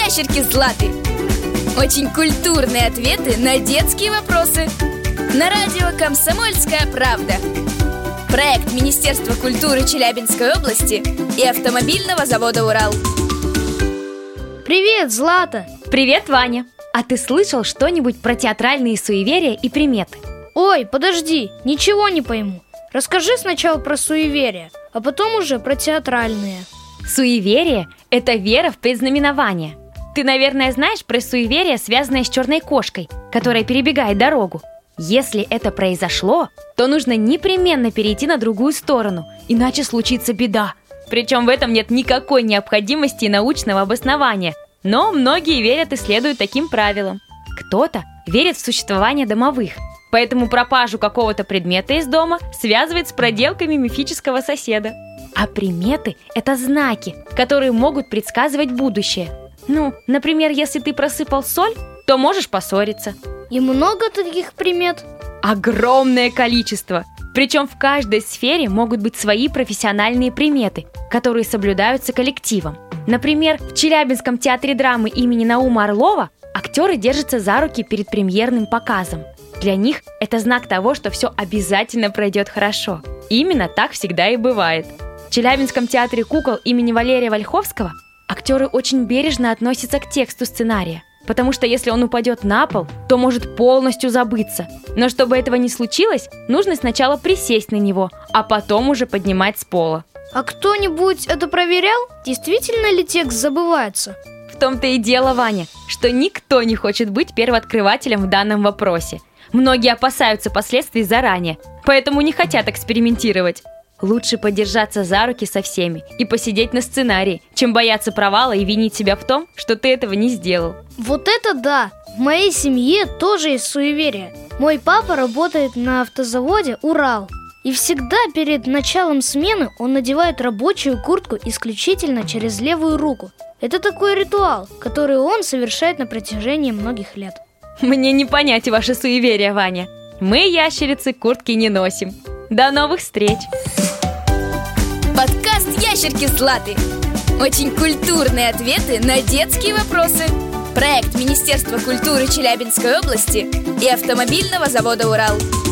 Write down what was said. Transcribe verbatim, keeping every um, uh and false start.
ящерки Златы. Очень культурные ответы на детские вопросы. На радио «Комсомольская правда». Проект Министерства культуры Челябинской области и автомобильного завода «Урал». Привет, Злата! Привет, Ваня! А ты слышал что-нибудь про театральные суеверия и приметы? Ой, подожди, ничего не пойму. Расскажи сначала про суеверия, а потом уже про театральные. Суеверие – это вера в предзнаменование. Ты, наверное, знаешь про суеверие, связанное с черной кошкой, которая перебегает дорогу. Если это произошло, то нужно непременно перейти на другую сторону, иначе случится беда. Причем в этом нет никакой необходимости и научного обоснования, но многие верят и следуют таким правилам. Кто-то верит в существование домовых, поэтому пропажу какого-то предмета из дома связывает с проделками мифического соседа. А приметы – это знаки, которые могут предсказывать будущее. Ну, например, если ты просыпал соль, то можешь поссориться. И много таких примет? Огромное количество. Причем в каждой сфере могут быть свои профессиональные приметы, которые соблюдаются коллективом. Например, в Челябинском театре драмы имени Наума Орлова актеры держатся за руки перед премьерным показом. Для них это знак того, что все обязательно пройдет хорошо. Именно так всегда и бывает. В Челябинском театре кукол имени Валерия Вольховского актеры очень бережно относятся к тексту сценария, потому что если он упадет на пол, то может полностью забыться. Но чтобы этого не случилось, нужно сначала присесть на него, а потом уже поднимать с пола. А кто-нибудь это проверял? Действительно ли текст забывается? В том-то и дело, Ваня, что никто не хочет быть первооткрывателем в данном вопросе. Многие опасаются последствий заранее, поэтому не хотят экспериментировать. Лучше подержаться за руки со всеми и посидеть на сценарии, чем бояться провала и винить себя в том, что ты этого не сделал. Вот это да! В моей семье тоже есть суеверие. Мой папа работает на автозаводе «Урал». И всегда перед началом смены он надевает рабочую куртку исключительно через левую руку. Это такой ритуал, который он совершает на протяжении многих лет. Мне не понять ваши суеверия, Ваня. Мы, ящерицы, куртки не носим. До новых встреч! Подкаст «Ящерки Златы». Очень культурные ответы на детские вопросы. Проект Министерства культуры Челябинской области и автомобильного завода «Урал».